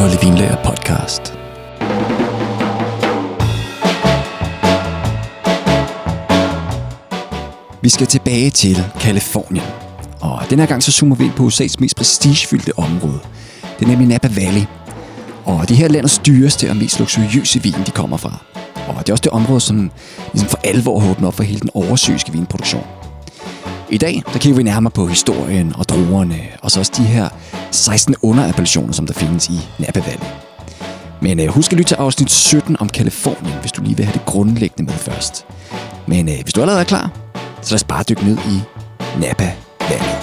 Kolde Vinlager podcast. Vi skal tilbage til Californien. Og den her gang så zoomer vi ind på USA's mest prestigefyldte område. Det er nemlig Napa Valley. Og det her landets dyreste og mest luksuriøse vin, de kommer fra. Og det er også det område, som ligesom for alvor har åbnet op for hele den oversøiske vinproduktion. I dag, der kigger vi nærmere på historien og druerne, og så også de her 16 underappellationer, som der findes i Napa Valley. Men husk at lytte til afsnit 17 om Californien, hvis du lige vil have det grundlæggende med først. Men hvis du allerede er klar, så lad os bare dykke ned i Napa Valley.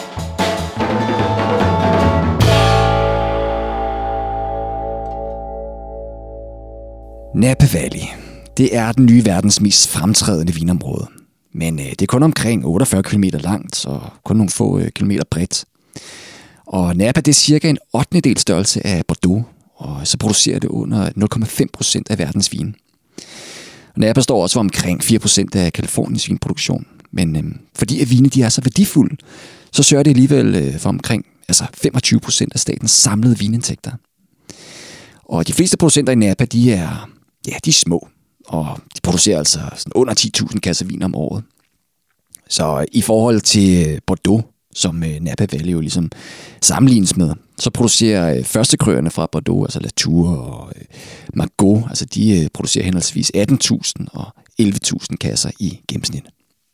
Napa Valley, det er den nye verdens mest fremtrædende vinområde. Men det er kun omkring 48 km langt og kun nogle få kilometer bredt. Og Napa, det er cirka en 8. størrelse af Bordeaux, og så producerer det under 0,5% af verdens vin. Og Napa står også for omkring 4% af Californiens vinproduktion. Men fordi at vine de er så værdifulde, så sørger det alligevel for omkring 25% af statens samlede vinindtægter. Og de fleste producenter i Napa, de er små. Og de producerer altså sådan under 10.000 kasser vin om året. Så i forhold til Bordeaux, som Napa Valley jo ligesom sammenlignes med, så producerer førstekrøerne fra Bordeaux, altså Latour og Margaux, altså de producerer henholdsvis 18.000 og 11.000 kasser i gennemsnit.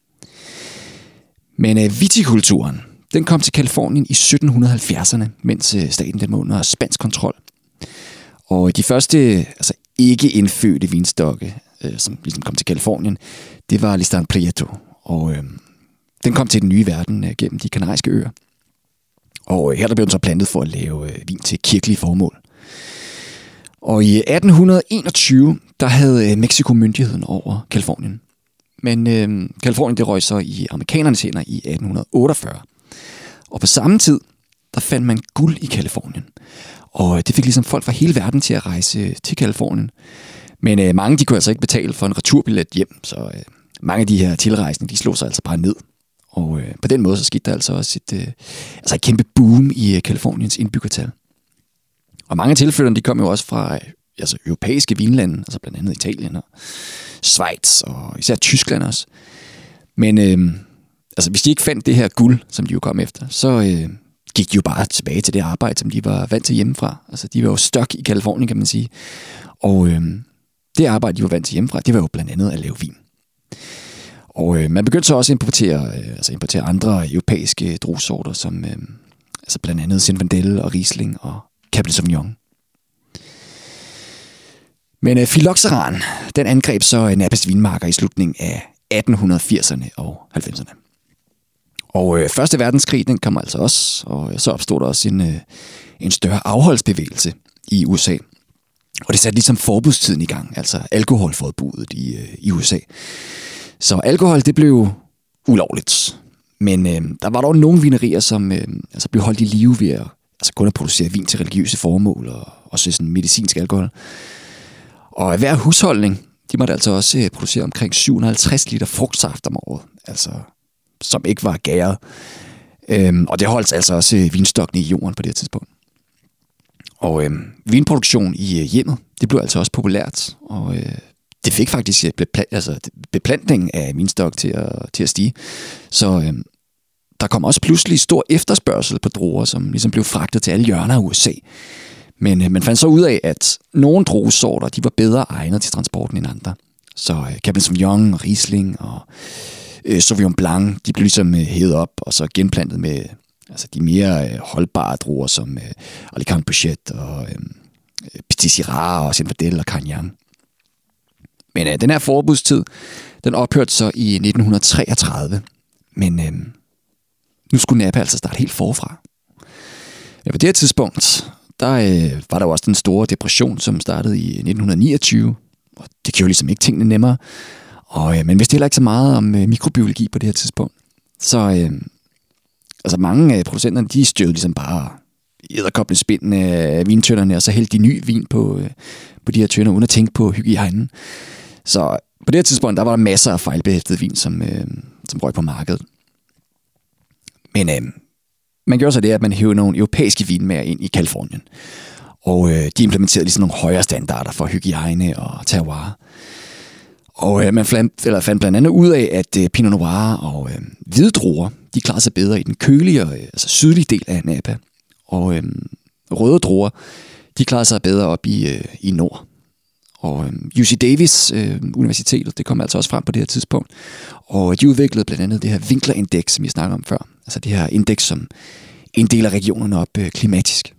Men vitikulturen, den kom til Californien i 1770'erne, mens staten den var under spansk kontrol. Og de første ikke indfødte vinstokke, som ligesom kom til Californien, det var Listan Prieto. Og den kom til den nye verden gennem de kanariske øer. Og her der blev den så plantet for at lave vin til kirkelige formål. Og i 1821, der havde Mexico myndigheden over Californien. Men Californien det røg så i amerikanernes hænder i 1848. Og på samme tid, der fandt man guld i Californien. Og det fik ligesom folk fra hele verden til at rejse til Californien. Men mange de kunne altså ikke betale for en returbillet hjem, så mange af de her tilrejsende, de slog sig altså bare ned. Og på den måde så skete der altså også et kæmpe boom i Californiens indbyggertal. Og mange af tilflytterne, de kom jo også fra europæiske vinlande, altså blandt andet Italien og Schweiz og især Tyskland også. Men hvis de ikke fandt det her guld, som de jo kom efter, så gik de jo bare tilbage til det arbejde, som de var vant til hjemmefra. Altså de var jo stuck i Californien, kan man sige. Og det arbejde, de var vant til hjemmefra, det var jo blandt andet at lave vin. Og man begyndte så også at importere andre europæiske druesorter, som blandt andet Zinfandel og Riesling og Cabernet Sauvignon. Men phylloxeran, den angreb så Napas vinmarker i slutningen af 1880'erne og 90'erne. Og Første Verdenskrig, den kom altså også, og så opstod der også en større afholdsbevægelse i USA. Og det satte ligesom forbudstiden i gang, altså alkoholforbuddet i USA. Så alkohol, det blev ulovligt. Men der var dog nogle vinerier, som blev holdt i live ved at kun at producere vin til religiøse formål og også sådan medicinsk alkohol. Og hver husholdning, de måtte altså også producere omkring 750 liter frugtsaft om året, altså som ikke var gæret. Og det holdt altså også vinstokkene i jorden på det her tidspunkt. Og vinproduktion i hjemmet, det blev altså også populært, og det fik faktisk beplantningen af vinstok til at stige. Så der kom også pludselig stor efterspørgsel på druer, som ligesom blev fragtet til alle hjørner af USA. Men man fandt så ud af, at nogle druesorter, de var bedre egnet til transporten end andre. Så Cabernet Sauvignon og Riesling og Sauvignon Blanc, de blev ligesom hævet op og så genplantet med de mere holdbare druer som Alicante Peuchette og Petit Syrah og Zinfandel og Carignan. Men den her forbudstid, den ophørte så i 1933. Men nu skulle Napa altså starte helt forfra. Men på det her tidspunkt, der var der jo også den store depression, som startede i 1929. Og det gjorde ligesom ikke tingene nemmere. Og man vidste heller ikke så meget om mikrobiologi på det her tidspunkt. Så mange af producenterne, de støvede ligesom bare edderkoppende spind af vintønderne, og så hældte de ny vin på de her tønder, uden at tænke på hygiejnen. Så på det her tidspunkt, der var der masser af fejlbehæftet vin, som røg på markedet. Men man gjorde så det, at man hævde nogle europæiske vinmager ind i Californien. Og de implementerede ligesom nogle højere standarder for hygiejne og terroir. Og man fandt blandt andet ud af, at Pinot Noir og hvide druer, de klarer sig bedre i den kølige, altså sydlige del af Napa. Og røde druer, de klarer sig bedre op i nord. Og UC Davis Universitetet, det kom altså også frem på det her tidspunkt. Og de udviklede blandt andet det her Winkler-indeks, som jeg snakkede om før. Altså det her indeks, som inddeler regionerne op klimatisk.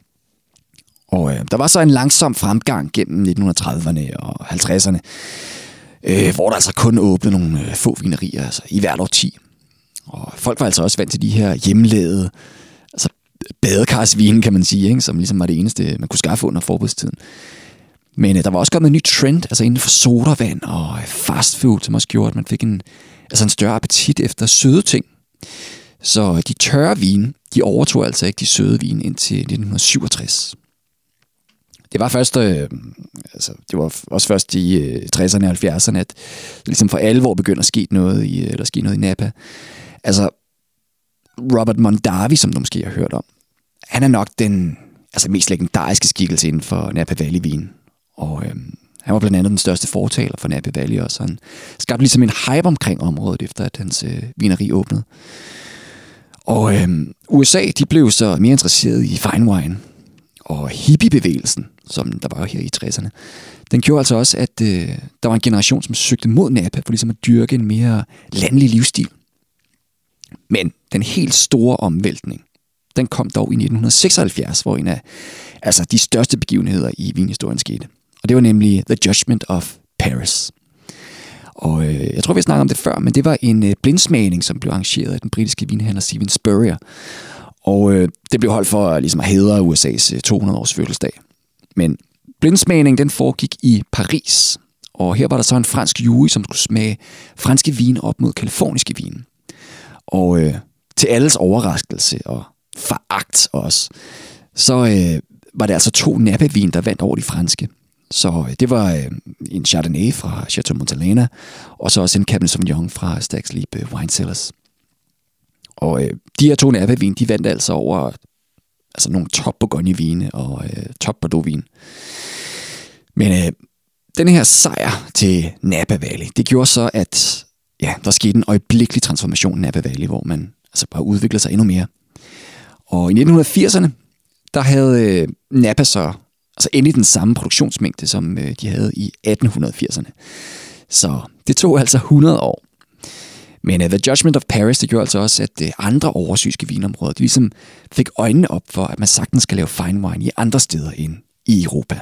Og der var så en langsom fremgang gennem 1930'erne og 50'erne, hvor der altså kun åbnede nogle få vinerier altså i hvert årti. Og folk var altså også vant til de her hjemmelavede, altså badekarsvine, kan man sige, ikke? Som ligesom var det eneste, man kunne skaffe under forbudstiden. Men der var også kommet en ny trend, altså inden for sodavand og fastfood, som også gjorde, at man fik en større appetit efter søde ting. Så de tørre vine, de overtog altså ikke de søde vine indtil 1967. Det var først, det var også først i 60'erne og 70'erne, at det ligesom for alvor begyndte at ske noget i Napa. Altså, Robert Mondavi, som du måske har hørt om, han er nok den mest legendariske skikkelse inden for Napa Valley-vin. Og han var blandt andet den største fortaler for Napa Valley også. Han skabte ligesom en hype omkring området, efter at hans vineri åbnede. Og USA, de blev så mere interesseret i fine wine. Og hippiebevægelsen, som der var her i 60'erne, den gjorde altså også, at der var en generation, som søgte mod Napa for ligesom at dyrke en mere landlig livsstil. Men den helt store omvæltning, den kom dog i 1976, hvor en af de største begivenheder i vinhistorien skete. Og det var nemlig The Judgment of Paris. Og jeg tror, vi har snakket om det før, men det var en blindsmagning, som blev arrangeret af den britiske vinhandler Stephen Spurrier. Og det blev holdt for ligesom at hædre USA's 200-års fødselsdag. Men blindsmagningen, den foregik i Paris. Og her var der så en fransk jury, som skulle smage franske vine op mod kaliforniske vine. Og til alles overraskelse og foragt også, så var det altså 2 Napa-vin, der vandt over de franske. Så det var en Chardonnay fra Chateau Montelena, og så også en Cabernet Sauvignon fra Stags' Leap Wine Cellars. Og de her 2 Napa-vin, de vandt altså over nogle top Bourgogne-vine og top Bordeaux-vin. Men den her sejr til Napa Valley, det gjorde så, at der skete en øjeblikkelig transformation i Napa Valley, hvor man bare udviklede sig endnu mere. Og i 1980'erne, der havde Napa så endelig den samme produktionsmængde, som de havde i 1880'erne. Så det tog altså 100 år. Men The Judgment of Paris, det gjorde altså også, at andre oversøiske vinområder, de ligesom fik øjnene op for, at man sagtens skal lave fine wine i andre steder end i Europa.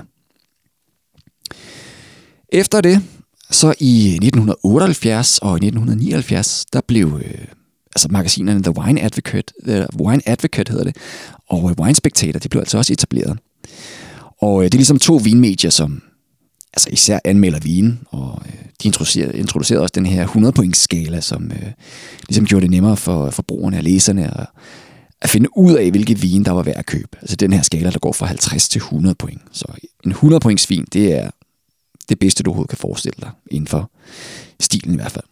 Efter det, så i 1978 og 1979, der blev magasinerne The Wine Advocate hedder det, og Wine Spectator, de blev altså også etableret. Og det er ligesom 2 vinmedier, som især anmelder vin, og de introducerede også den her 100-points skala, som ligesom gjorde det nemmere for forbrugerne og læserne at finde ud af, hvilke vin, der var værd at købe. Altså den her skala, der går fra 50 til 100 point. Så en 100-points vin, det er det bedste, du overhovedet kan forestille dig, inden for stilen i hvert fald.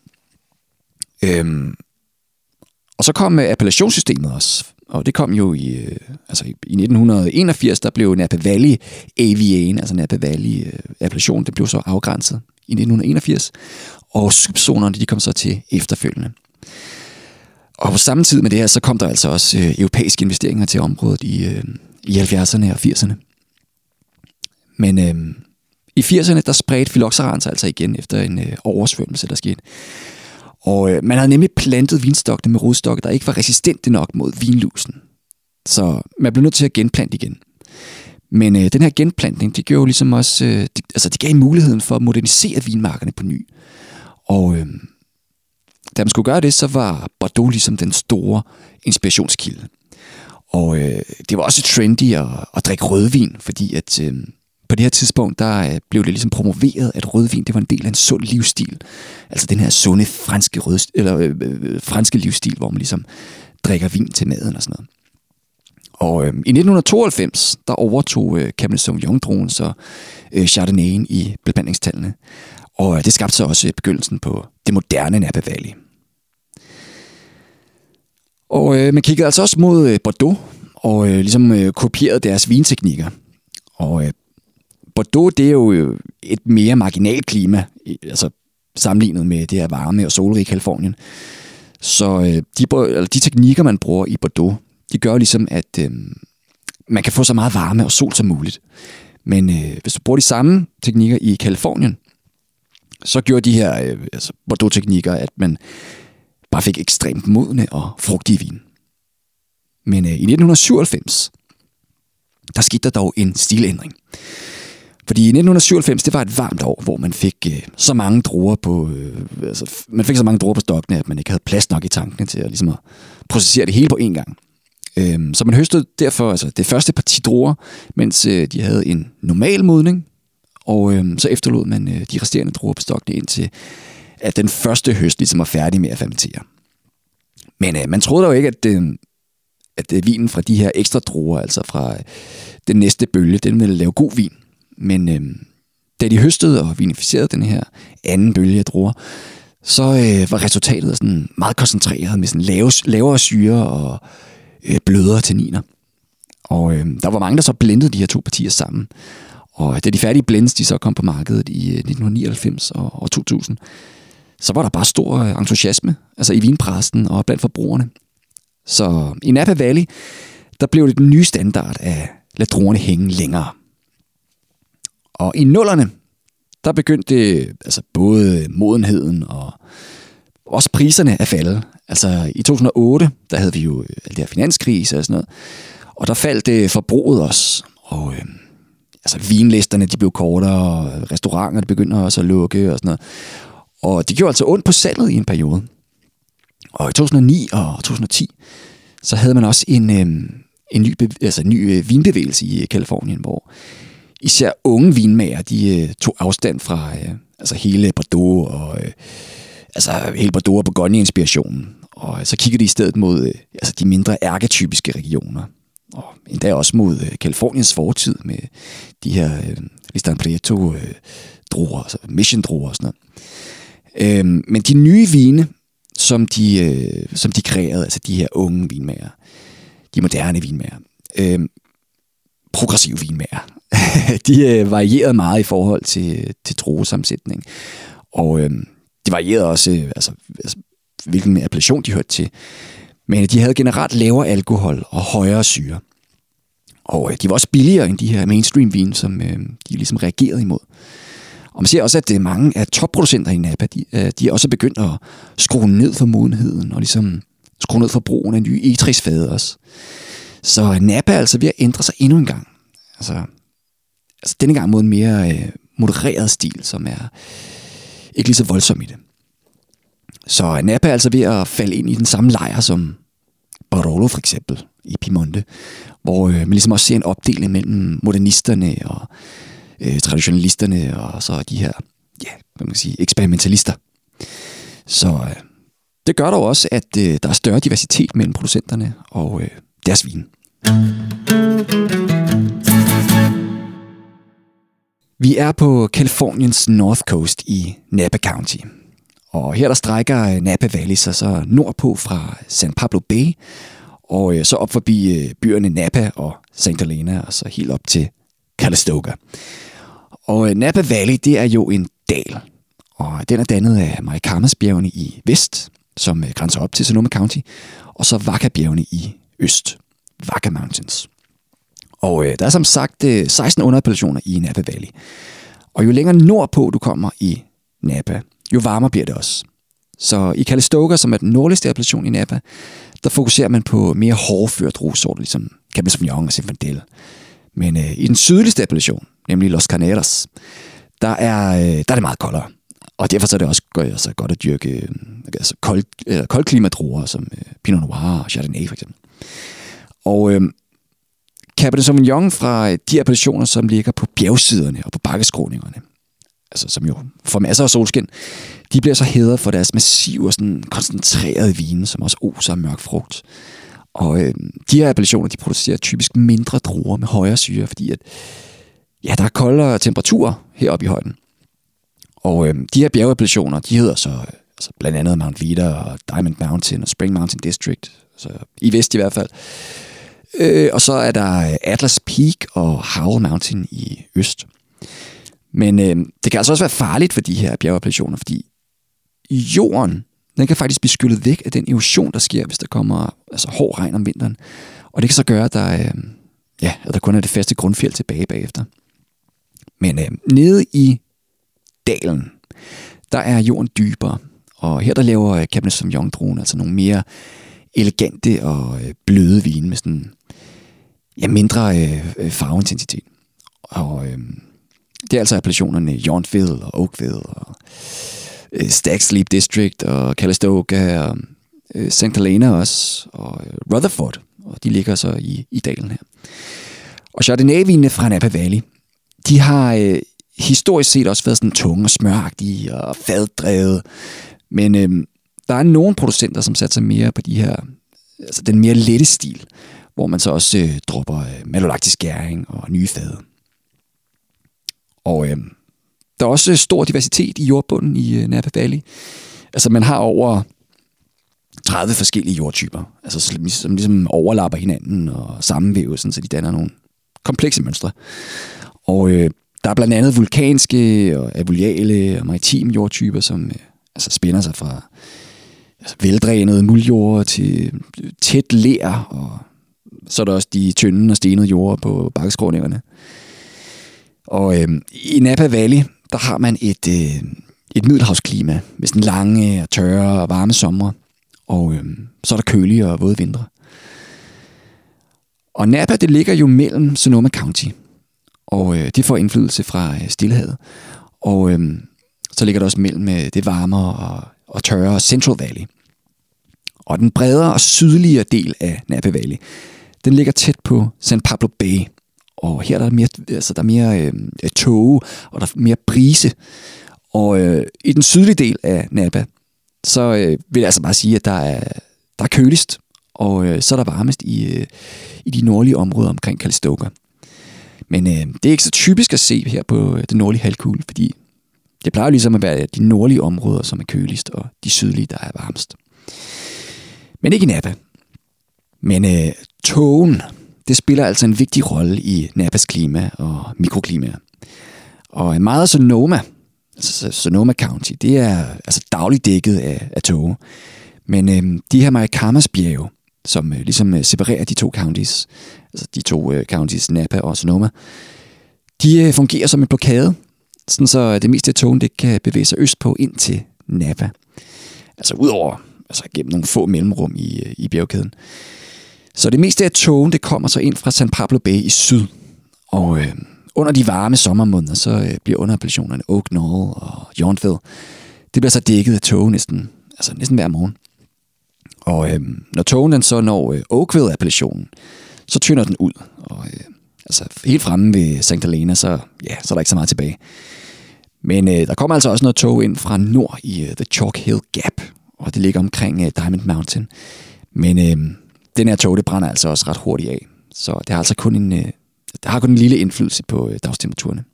Og så kom appellationssystemet også, og det kom jo i 1981, der blev Napa Valley AVA'en, altså Napa Valley appellation, det blev så afgrænset i 1981, og subzonerne, de kom så til efterfølgende. Og på samme tid med det her, så kom der altså også europæiske investeringer til området i 70'erne og 80'erne. Men i 80'erne, der spredte phylloxeran sig altså igen efter en oversvømmelse, der skete. Og man havde nemlig plantet vinstokkene med rodstokke, der ikke var resistente nok mod vinlusen. Så man blev nødt til at genplante igen. Men den her genplantning, det gjorde jo ligesom også, det gav muligheden for at modernisere vinmarkerne på ny. Og da man skulle gøre det, så var Bordeaux ligesom den store inspirationskilde. Og det var også trendy at drikke rødvin, fordi at på det her tidspunkt, der blev det ligesom promoveret, at rødvin, det var en del af en sund livsstil. Altså den her sunde franske livsstil, hvor man ligesom drikker vin til maden og sådan noget. Og i 1992, der overtog Cabernet Sauvignon-druen så Chardonnayen i beplantningstallene. Og det skabte så også begyndelsen på det moderne Napa Valley. Og man kiggede altså også mod Bordeaux, og kopierede deres vinteknikker. Og Bordeaux, det er jo et mere marginalt klima, altså sammenlignet med det her varme og solrige Californien. Så de teknikker, man bruger i Bordeaux, de gør ligesom, at man kan få så meget varme og sol som muligt. Men hvis du bruger de samme teknikker i Californien, så gjorde de her Bordeaux-teknikker, at man bare fik ekstremt modne og frugtige vin. Men i 1997, der skete der dog en stilændring. Fordi i 1997, det var et varmt år, hvor man fik så mange druer på stokkene, at man ikke havde plads nok i tankene til at processere det hele på én gang. Så man høstede derfor det første parti druer, mens de havde en normal modning, og så efterlod man de resterende druer på stokkene indtil at den første høst ligesom var færdig med at fermentere. Men man troede dog ikke, at vinen fra de her ekstra druer, altså fra den næste bølge, den ville lave god vin. Men da de høstede og vinificerede den her anden bølge af druer, så var resultatet sådan meget koncentreret med sådan lavere syre og blødere tanniner. Og der var mange, der så blendede de her to partier sammen. Og da de færdige blends, de så kom på markedet i 1999 og 2000, så var der bare stor entusiasme, altså i vinpressen og blandt forbrugerne. Så i Napa Valley, der blev det den nye standard at lade druerne hænge længere. Og i 00'erne, der begyndte både modenheden og også priserne at falde. Altså i 2008, der havde vi jo alt det her finanskrise og sådan noget. Og der faldt forbruget også. Og vinlisterne, de blev kortere, og restauranter begyndte også at lukke og sådan noget. Og det gjorde altså ondt på salget i en periode. Og i 2009 og 2010, så havde man også en ny vinbevægelse i Californien, hvor især unge vinmager, de tog afstand fra hele Bordeaux og hele Bordeaux og Bourgogne-inspirationen. Og så kiggede de i stedet mod de mindre ærketypiske regioner. Og endda også mod Californiens fortid med de her Listan Prieto druer, altså Mission druer og sådan noget. Men de nye vine, som de kreerede, altså de her unge vinmager, de moderne vinmager, progressive vinmager, de varierede meget i forhold til druesammensætning. Og de varierede også, hvilken appellation de hørte til. Men de havde generelt lavere alkohol og højere syre. Og de var også billigere end de her mainstream vin, som de ligesom reagerede imod. Og man ser også, at mange af topproducenter i Napa, de er også begyndt at skrue ned for modenheden, og ligesom skrue ned for brugen af nye egetræsfade også. Så Napa er altså ved at ændre sig endnu en gang. Altså denne gang mod en mere modereret stil, som er ikke lige så voldsom i det. Så Napa er altså ved at falde ind i den samme lejr som Barolo for eksempel i Piemonte, hvor man ligesom også ser en opdeling mellem modernisterne og traditionalisterne og så de her, eksperimentalister. Så det gør dog også, at der er større diversitet mellem producenterne og deres vin. Vi er på Californiens North Coast i Napa County. Og her der strækker Napa Valley sig så nordpå fra San Pablo Bay, og så op forbi byerne Napa og St. Helena, og så helt op til Calistoga. Og Napa Valley, det er jo en dal, og den er dannet af Maricanas-bjergene i vest, som grænser op til Sonoma County, og så Vaca-bjergene i øst, Vaca Mountains. Og der er som sagt 16 underappellationer i Napa Valley. Og jo længere nordpå du kommer i Napa, jo varmere bliver det også. Så i Calistoga, som er den nordligste appellation i Napa, der fokuserer man på mere hårdført druesorter, ligesom Cabernet Sauvignon og Zinfandel. Men i den sydligste appellation, nemlig Los Carneros, der er det meget koldere. Og derfor så er det også godt at dyrke koldklimadruer, som Pinot Noir og Chardonnay for eksempel. Og Cabernet Sauvignon fra de appellationer, som ligger på bjergsiderne og på bakkeskråningerne, altså som jo får masser af solskin, de bliver så hædret for deres massive og sådan koncentrerede vine, som også oser af mørk frugt. Og de her appellationer, de producerer typisk mindre druer med højere syre, fordi at, der er koldere temperaturer heroppe i højden. Og de her bjergappellationer, de hedder så blandt andet Mount Vida og Diamond Mountain og Spring Mountain District, så i vest i hvert fald. Og så er der Atlas Peak og Howell Mountain i øst. Men det kan altså også være farligt for de her bjergappellationer, fordi jorden, den kan faktisk blive skyllet væk af den erosion, der sker, hvis der kommer hård regn om vinteren. Og det kan så gøre, at der kun er det faste grundfjeld tilbage bagefter. Men nede i dalen, der er jorden dybere. Og her der laver Cabernet Sauvignon-druen altså nogle mere elegante og bløde vine med sådan mindre farveintensitet. Og det er altså appellationerne Yountville og Oakville og Stags Leap District og Calistoga og St. Helena også og Rutherford. Og de ligger så i dalen her. Og Chardonnay-vinene fra Napa Valley, de har historisk set også været sådan tunge og smøragtige og faddrevet. Men der er nogle producenter, som satser mere på de her, altså den mere lette stil, hvor man så også dropper malolaktisk gæring og nye fade. Og der er også stor diversitet i jordbunden i Napa Valley. Altså man har over 30 forskellige jordtyper, altså som ligesom overlapper hinanden og sammenvæver, så de danner nogle komplekse mønstre. Og der er blandt andet vulkanske og alluviale og maritime jordtyper, som spænder sig fra veldrænede muldjord til tæt ler, og så er der også de tynde og stenede jorder på bakkeskråningerne. Og i Napa Valley, der har man et middelhavsklima med sådan lange og tørre og varme somre, og så er der kølige og våde vintre. Og Napa, det ligger jo mellem Sonoma County, og det får indflydelse fra Stillehavet. Og så ligger der også mellem det varmere og tørre Central Valley. Og den bredere og sydligere del af Napa Valley, den ligger tæt på San Pablo Bay. Og her der er mere tåge, og der er mere brise. Og i den sydlige del af Napa, så vil jeg altså bare sige, at der er køligst, og så er der varmest i de nordlige områder omkring Calistoga. Men det er ikke så typisk at se her på den nordlige halvkugle, fordi det plejer ligesom at være de nordlige områder, som er køligst, og de sydlige, der er varmest. Men ikke i Napa. Men tågen, det spiller altså en vigtig rolle i Napas klima og mikroklima. Og meget af Sonoma, altså Sonoma County, det er altså dagligt dækket af tåge. Men de her Maricamas bjerge, som ligesom separerer de to counties, altså de to counties Napa og Sonoma, de fungerer som en blokade, sådan så det meste af tågen det kan bevæge sig østpå ind til Napa. Altså udover, gennem nogle få mellemrum i bjergkæden. Så det meste af tågen, det kommer så ind fra San Pablo Bay i syd. Og under de varme sommermåneder, så bliver underappellationerne Oak Knoll og Yountville, det bliver så dækket af tåge næsten hver morgen. Og når tågen den så når Oakville-appellationen, så tynder den ud. Og helt fremme ved St. Helena, så er der ikke så meget tilbage. Men der kommer altså også noget tåge ind fra nord i The Chalk Hill Gap, og det ligger omkring Diamond Mountain. Men den her tåge, det brænder altså også ret hurtigt af. Så det har altså kun en lille indflydelse på dagstemperaturerne.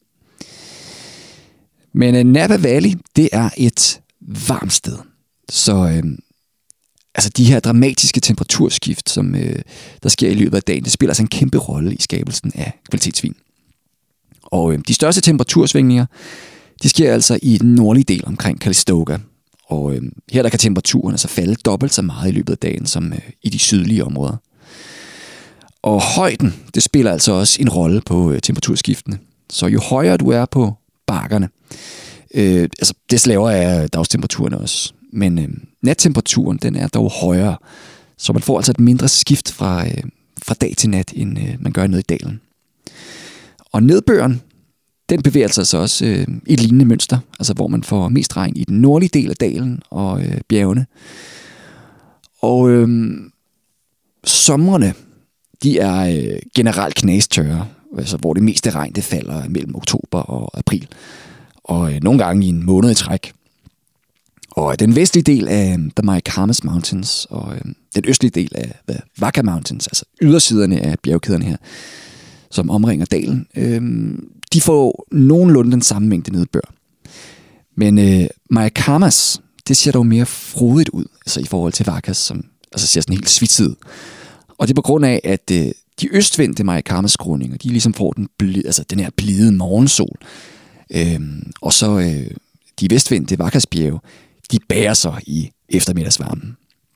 Men Napa Valley, det er et varmt sted. Så de her dramatiske temperaturskift, som der sker i løbet af dagen, det spiller altså en kæmpe rolle i skabelsen af kvalitetsvin. Og de største temperatursvingninger, de sker altså i den nordlige del omkring Calistoga. Og her der kan temperaturen altså falde dobbelt så meget i løbet af dagen som i de sydlige områder. Og højden, det spiller altså også en rolle på temperaturskiftene. Så jo højere du er på bakkerne, des lavere er dagstemperaturen også. Men nattemperaturen, den er dog højere, så man får altså et mindre skift fra dag til nat, end man gør nede i dalen. Og nedbøren, den bevæger sig altså også i et lignende mønster, altså hvor man får mest regn i den nordlige del af dalen og bjergene. Og somrene, de er generelt knastørre, altså hvor det meste regn det falder mellem oktober og april, og nogle gange i en måned i træk. Og den vestlige del af The Maricamas Mountains og den østlige del af The Vaca Mountains, altså ydersiderne af bjergkæderne her, som omringer dalen, de får nogenlunde den samme mængde nedbør. Men Maricamas, det ser dog mere frodigt ud, altså i forhold til Vacas, som ser sådan helt svitset ud. Og det er på grund af, at de østvendte Maracama-skråninger, de ligesom får den her blide morgensol. Og så de vestvendte Vacasbjerge, de bærer sig i eftermiddagsvarmen.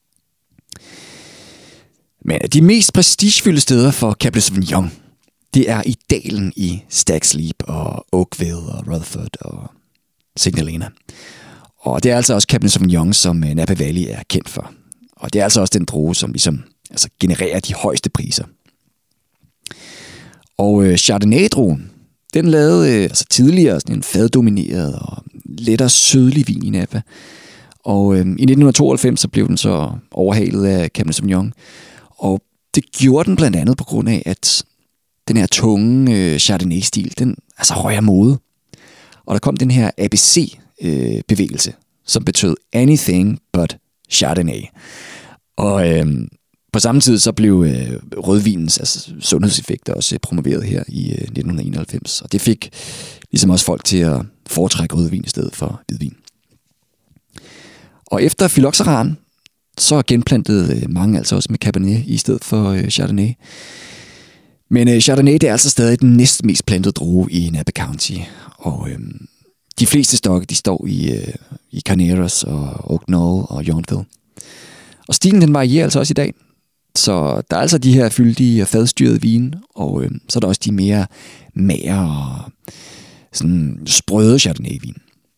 Men de mest prestigefyldte steder for Cabernet Sauvignon, det er i dalen i Stags Leap og Oakville og Rutherford og St. Helena. Og det er altså også Cabernet Sauvignon, som Napa Valley er kendt for. Og det er altså også den druge, som ligesom genererer de højeste priser. Og Chardonnay-druen, den lavede tidligere sådan en faddomineret og lettere sødlig vin i Napa. Og i 1992 så blev den så overhalet af Cabernet Sauvignon. Og det gjorde den blandt andet på grund af, at den her tunge Chardonnay-stil, den røg af mode. Og der kom den her ABC-bevægelse, som betød anything but Chardonnay. Og på samme tid så blev rødvinens sundhedseffekter også promoveret her i 1991. Og det fik ligesom også folk til at foretrække rødvin i stedet for hvidvin. Og efter phylloxeran, så genplantede mange altså også med Cabernet i stedet for Chardonnay. Men Chardonnay, det er altså stadig den næstmest plantede drue i Napa County. Og de fleste stokke, de står i Carneros og Oak Knoll og Yountville. Og stilen, den varierer altså også i dag. Så der er altså de her fyldige og fadstyrede vine, og så er der også de mere magre og sådan sprøde Chardonnay-vin.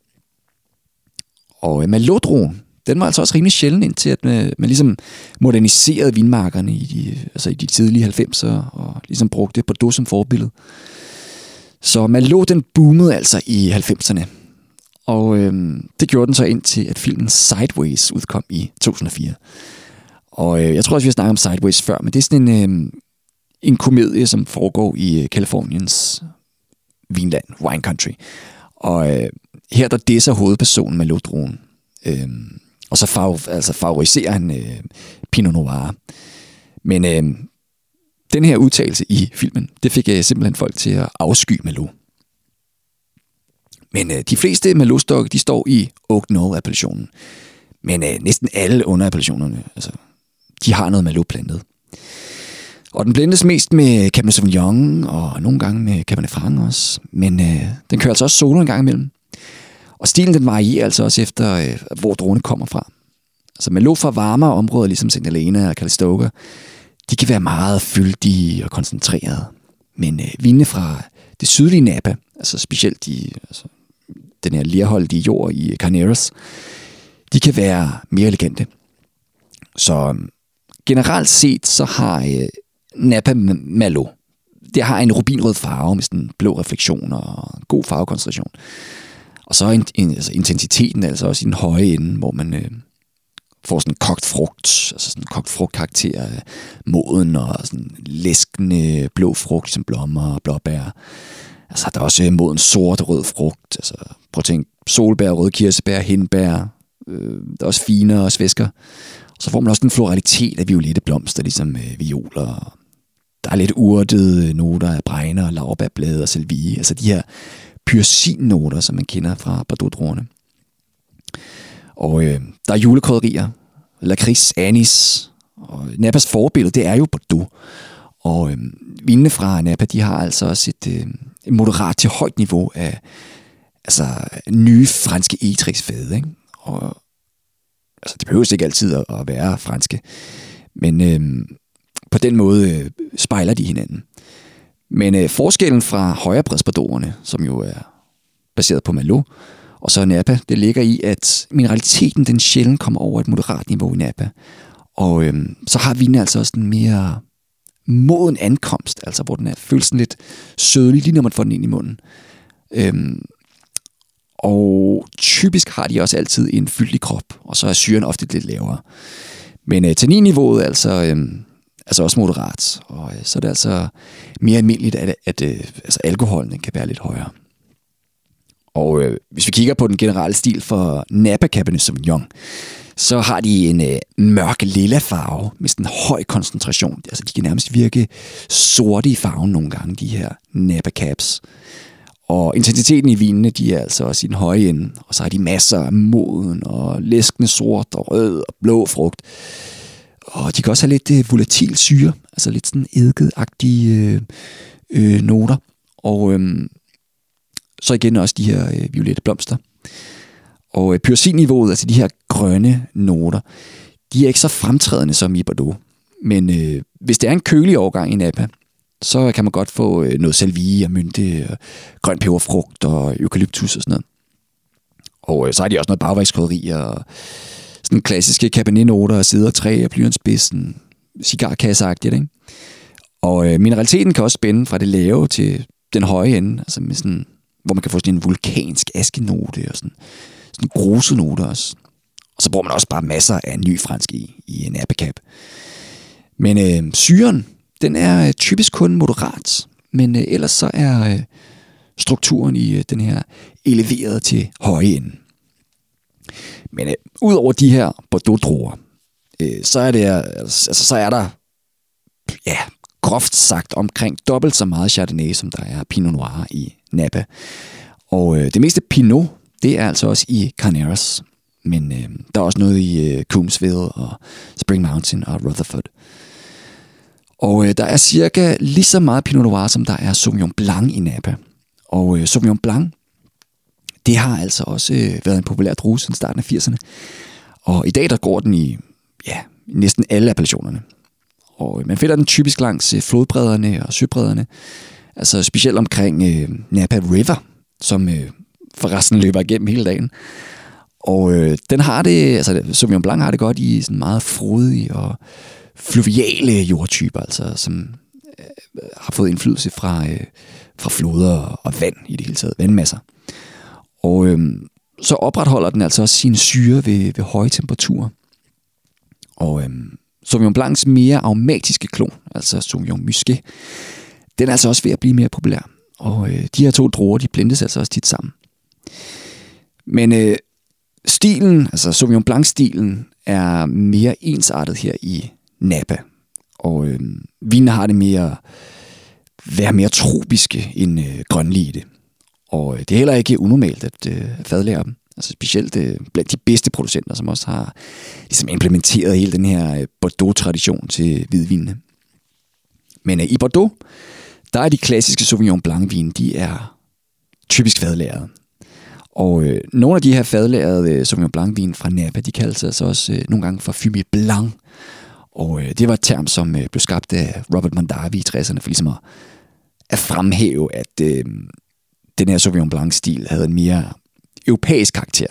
Og Merlot-druen, den var altså også rimelig sjælden, indtil at man ligesom moderniserede vinmarkerne i de tidlige 90'er, og ligesom brugte Bordeaux som forbillede. Så Merlot, den boomede altså i 90'erne. Og det gjorde den så indtil, at filmen Sideways udkom i 2004. Og jeg tror også, vi har snakket om Sideways før, men det er sådan en komedie, som foregår i Californiens vinland, wine country. Og her der disser hovedpersonen Merlot-druen. Og så favoriserer han Pinot Noir. Men den her udtalelse i filmen, det fik simpelthen folk til at afsky Merlot. Men de fleste Merlot-stokke, de står i Oak Knoll-appellationen. Men næsten alle underappellationerne, de har noget Merlot plantet. Og den blendes mest med Cabernet Sauvignon, og nogle gange med Cabernet Franc også. Men den kører altså også solo en gang imellem. Og stilen, den varierer altså også efter, hvor druerne kommer fra. Merlot fra varmere områder, ligesom St. Helena og Calistoga, de kan være meget fyldige og koncentrerede. Men vinene fra det sydlige Napa, specielt den her lerholdige jord i Carneros, de kan være mere elegante. Så generelt set, så har Napa Merlot, det har en rubinrød farve med sådan blå refleksion og god farvekoncentration. Og så intensiteten altså også i den høje ende, hvor man får sådan en kogt frugt, sådan en kogt frugtkarakter af moden og sådan læskende blå frugt, som blommer og blåbær. Der er også moden sort rød frugt, prøv at tænke solbær, røde kirsebær, hindbær, der er også finer og svæsker. Og så får man også en floralitet af violette blomster, ligesom violer. Der er lidt urtede noter af bregner, laurbærblade og salvie, de her pyrsinnoter, som man kender fra Bordeaux-druerne. Og der er julekrydderier, lakrids, anis, og Napas forbillede, det er jo Bordeaux. Og vinene fra Napa, de har altså også et moderat til højt niveau af nye franske egetræsfade, ikke? Og det behøver ikke altid at være franske, men på den måde spejler de hinanden. Men forskellen fra højrebredsbordeauxerne, som jo er baseret på Merlot, og så Napa, det ligger i, at mineraliteten, den sjældent kommer over et moderat niveau i Napa. Og så har vinen altså også en mere moden ankomst, hvor den føles lidt sødlig, lige når man får den ind i munden. Og typisk har de også altid en fyldig krop, og så er syren ofte lidt lavere. Men tanninniveauet er altså også moderat, og så er det altså mere almindeligt, at alkoholen kan være lidt højere. Og hvis vi kigger på den generelle stil for Napa Cabernet Sauvignon, så har de en mørk lilla farve med sådan en høj koncentration. De kan nærmest virke sorte i farven nogle gange, de her Napa Cabs. Og intensiteten i vinene, de er altså også i den høje ende. Og så har de masser af moden og læskende sort og rød og blå frugt. Og de kan også have lidt volatil syre, altså lidt sådan eddike-agtige noter. Og så igen også de her violette blomster. Og pyrosinniveauet, altså de her grønne noter, de er ikke så fremtrædende som i Bordeaux. Men hvis det er en kølig årgang i Napa, så kan man godt få noget salvie og mynte, og grøn peberfrugt og eukalyptus og sådan noget. Og så har de også noget bagvejskrydderi og sådan klassiske cabernet-noter, cedertræ og blyantspidsen, cigarkasseagtigt, ikke? Og mineraliteten kan også spænde fra det lave til den høje ende, altså med sådan, hvor man kan få sådan en vulkansk askenote og sådan gruset noter også. Og så bruger man også bare masser af ny fransk i en Napa-Cab. Men syren, den er typisk kun moderat, men ellers så er strukturen i den her eleveret til høje ende. Men ud over de her Bordeaux-druer, så er der groft sagt omkring dobbelt så meget Chardonnay, som der er Pinot Noir i Napa. Og det meste Pinot, det er altså også i Carneros. Men der er også noget i Coombsville og Spring Mountain og Rutherford. Og der er cirka lige så meget Pinot Noir, som der er Sauvignon Blanc i Napa. Og Sauvignon Blanc, det har altså også været en populær drue siden starten af 80'erne. Og i dag der går den i næsten alle appellationerne. Og man finder den typisk langs flodbredderne og søbredderne. Altså specielt omkring Napa River, som forresten løber igennem hele dagen. Og den har det, altså Sauvignon Blanc har det godt i sådan meget frodige og fluviale jordtyper, altså som har fået indflydelse fra floder og vand i det hele taget, vandmasser. Og så opretholder den altså også sin syre ved høje temperaturer. Og Sauvignon Blancs mere aromatiske klon, altså Sauvignon Musqué, den er altså også ved at blive mere populær. Og de her to druer, de blendes altså også tit sammen. Men stilen, altså Sauvignon Blanc-stilen, er mere ensartet her i Napa. Og vinene har det være mere tropiske end grønlige i det. Og det er heller ikke unormalt at fadlære dem. Altså specielt blandt de bedste producenter, som også har ligesom implementeret hele den her Bordeaux-tradition til hvidvinene. Men i Bordeaux, der er de klassiske Sauvignon Blanc-vine, de er typisk fadlagret. Og nogle af de her fadlagrede Sauvignon Blanc-vine fra Napa, de kaldes altså også nogle gange for Fumé Blanc. Og det var et term, som blev skabt af Robert Mondavi i 60'erne, for ligesom at fremhæve, at den her Sauvignon Blanc-stil havde en mere europæisk karakter.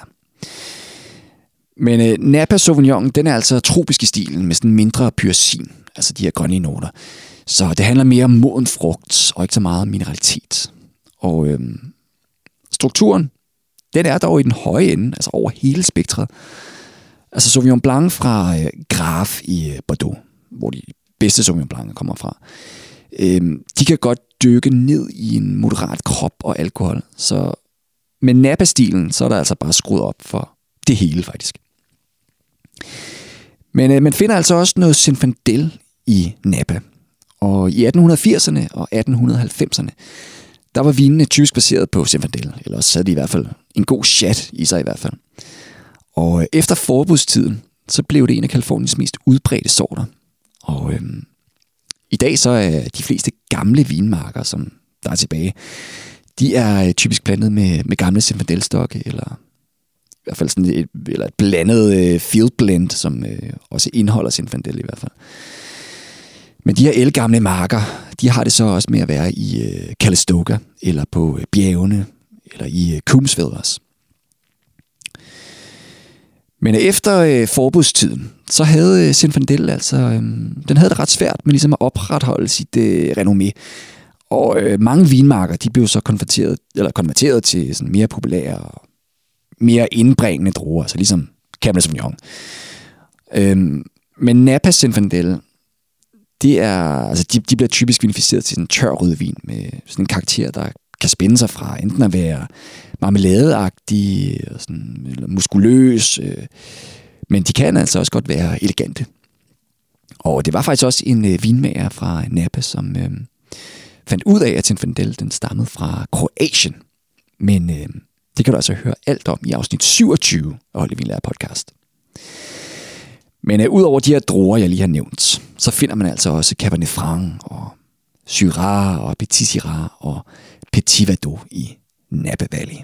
Men Napa Sauvignon, den er altså tropisk i stilen, med sådan mindre pyrosin, altså de her grønne noter. Så det handler mere om moden frugt, og ikke så meget om mineralitet. Og strukturen, den er dog i den høje ende, altså over hele spektret. Altså Sauvignon Blanc fra Graf i Bordeaux, hvor de bedste Sauvignon Blanc kommer fra. De kan godt dykke ned i en moderat krop og alkohol. Så med Napa-stilen, så er der altså bare skruet op for det hele faktisk. Men man finder altså også noget Zinfandel i Napa. Og i 1880'erne og 1890'erne, der var vinene typisk baseret på Zinfandel, eller også havde de i hvert fald en god chat i sig i hvert fald. Og efter forbudstiden, så blev det en af Californiens mest udbredte sorter. Og i dag så er de fleste gamle vinmarker, som der er tilbage, de er typisk blandet med gamle Zinfandel-stokke, eller i hvert fald sådan et blandet field blend, som også indeholder Zinfandel i hvert fald. Men de her ældgamle marker, de har det så også med at være i Calistoga, eller på bjergene, eller i Coombsville også. Men efter forbudstiden, så havde Zinfandel altså, den havde det ret svært med ligesom at opretholde sit renommé. Og mange vinmarker, de blev så konverteret til sådan mere populære og mere indbringende druer, altså ligesom Cabernet Sauvignon. Men Napa Zinfandel, de bliver typisk vinificeret til en tør rødvin med sådan en karakter, der kan spænde sig fra enten at være marmeladeagtig og sådan, eller muskuløs, men de kan altså også godt være elegante. Og det var faktisk også en vinmager fra Napa, som fandt ud af, at Zinfandel den stammede fra Kroatien. Men det kan du altså høre alt om i afsnit 27 af Holde Vinlærer podcast. Men ud over de her druer, jeg lige har nævnt, så finder man altså også Cabernet Franc og Syrah og Petit Syrah og Petit Verdot i Napa Valley.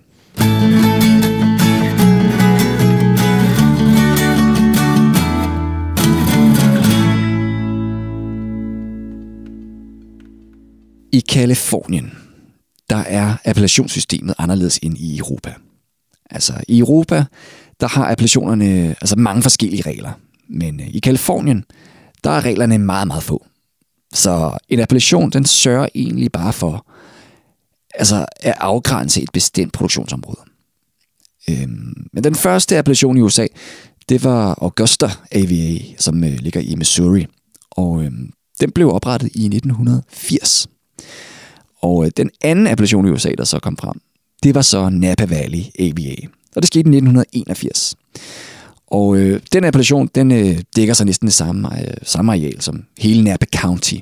I Californien, der er appellationssystemet anderledes end i Europa. Altså i Europa, der har appellationerne mange forskellige regler. Men i Californien, der er reglerne meget, meget få. Så en appellation, den sørger egentlig bare for at afgrænse et bestemt produktionsområde. Men den første appellation i USA, det var Augusta AVA, som ligger i Missouri. Og den blev oprettet i 1980. Og den anden appellation i USA, der så kom frem, det var så Napa Valley AVA. Og det skete i 1981. Og den appellation, den dækker så næsten det samme areal som hele Napa County.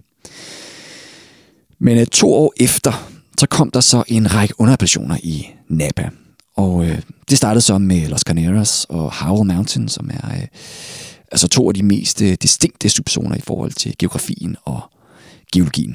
Men 2 år efter, så kom der så en række underappellationer i Napa. Og det startede så med Los Carneros og Howell Mountain, som er 2 af de mest distinkte subzoner i forhold til geografien og geologien.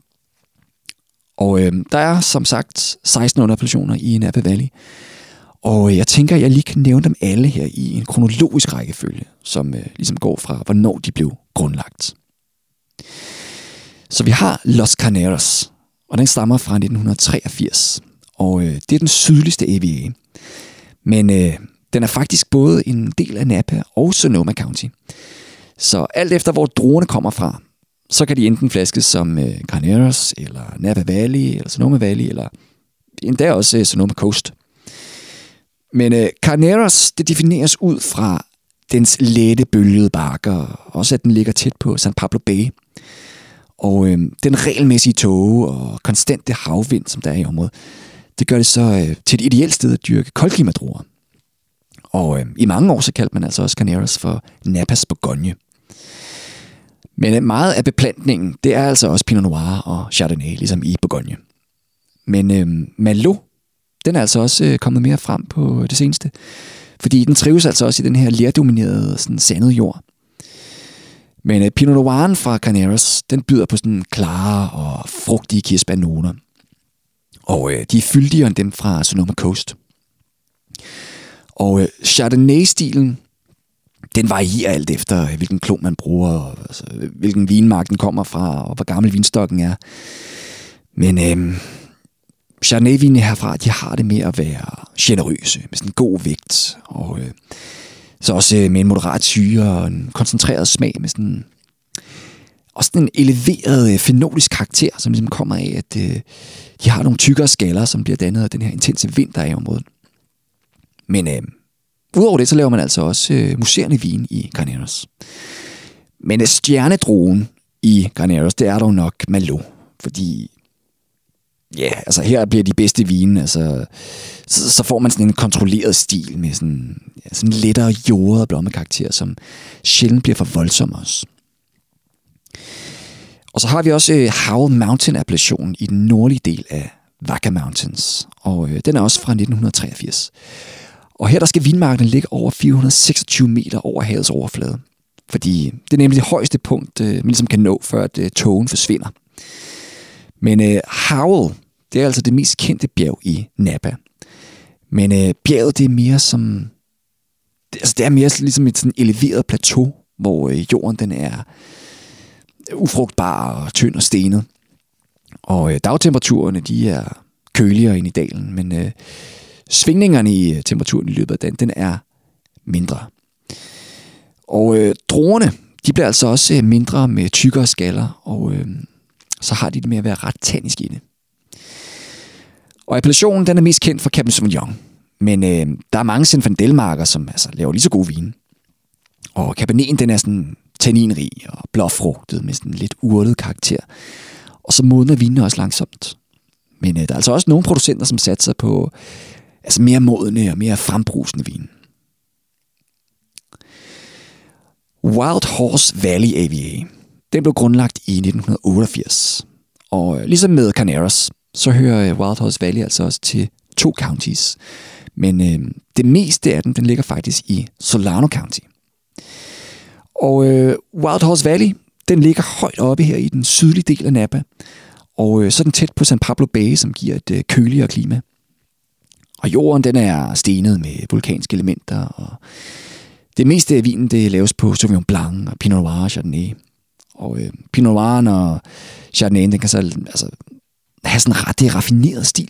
Og der er som sagt 16 underappellationer i Napa Valley. Og jeg tænker, at jeg lige kan nævne dem alle her i en kronologisk rækkefølge, som ligesom går fra, hvornår de blev grundlagt. Så vi har Los Carneros, og den stammer fra 1983. Og det er den sydligste AVA. Men den er faktisk både en del af Napa og Sonoma County. Så alt efter, hvor druerne kommer fra, så kan de enten flaskes som Carneros, eller Napa Valley, eller Sonoma Valley, eller endda også Sonoma Coast. Men Carneros, det defineres ud fra dens lette bølgede barker, og også at den ligger tæt på San Pablo Bay. Og den regelmæssige tåge og konstante havvind, som der er i området, det gør det så til et ideelt sted at dyrke koldklimadruer. Og i mange år så kaldte man altså også Carneros for Napas Bourgogne. Men meget af beplantningen, det er altså også Pinot Noir og Chardonnay, ligesom i Bourgogne. Men Merlot, den er altså også kommet mere frem på det seneste. Fordi den trives altså også i den her lerdominerede, sådan sandede jord. Men Pinot Noiren fra Carneros, den byder på sådan klare og frugtige kirsebærnoter. Og de er fyldigere end dem fra Sonoma Coast. Og Chardonnay-stilen, den varierer alt efter, hvilken klon man bruger, altså, hvilken vinmark den kommer fra, og hvor gammel vinstokken er. Men Chardonnay-vinene herfra, de har det med at være generøse, med sådan en god vægt, og så også med en moderat syre og en koncentreret smag, med sådan også en eleveret fenolisk karakter, som ligesom kommer af, at de har nogle tykkere skaller, som bliver dannet af den her intense vind, der er i området. Men udover det, så laver man altså også muserende vin i Carneros. Men stjernedruen i Carneros, det er dog nok Merlot, fordi her bliver de bedste vine, så får man sådan en kontrolleret stil med sådan lettere jordet blommekarakter, som sjældent bliver for voldsom også. Og så har vi også Howell Mountain appellation i den nordlige del af Vaca Mountains, og den er også fra 1983. Og her der skal vinmarken ligge over 426 meter over havets overflade, fordi det er nemlig det højeste punkt, man ligesom kan nå, før at tågen forsvinder. Men Howell, det er altså det mest kendte bjerg i Napa. Men bjerget, det er mere som... det er mere ligesom et sådan eleveret plateau, hvor jorden den er ufrugtbar og tynd og stenet. Og dagtemperaturerne, de er køligere end i dalen, men svingningerne i temperaturen i løbet af dagen, den er mindre. Og druerne, de bliver altså også mindre med tykkere skaller, og så har de det med at være ret tanniske i det. Og appellationen, den er mest kendt for Cabernet Sauvignon. Men der er mange Zinfandel-marker, som laver lige så gode vine. Og Caberneten, den er sådan tanninrig og blåfrugtet med sådan lidt urtet karakter. Og så modner vinene også langsomt. Men der er altså også nogle producenter, som satser på mere modne og mere frembrusende vin. Wild Horse Valley AVA, den blev grundlagt i 1988. Og ligesom med Carneros, så hører Wild Horse Valley altså også til 2 counties. Men det meste af den ligger faktisk i Solano County. Og Wild Horse Valley, den ligger højt oppe her i den sydlige del af Napa. Og så er den tæt på San Pablo Bay, som giver et køligere klima. Og jorden, den er stenet med vulkanske elementer, og det meste af vinen, det laves på Sauvignon Blanc og Pinot Noir og Chardonnay. Og Pinot Noir og Chardonnay, den kan så have sådan en ret raffineret stil.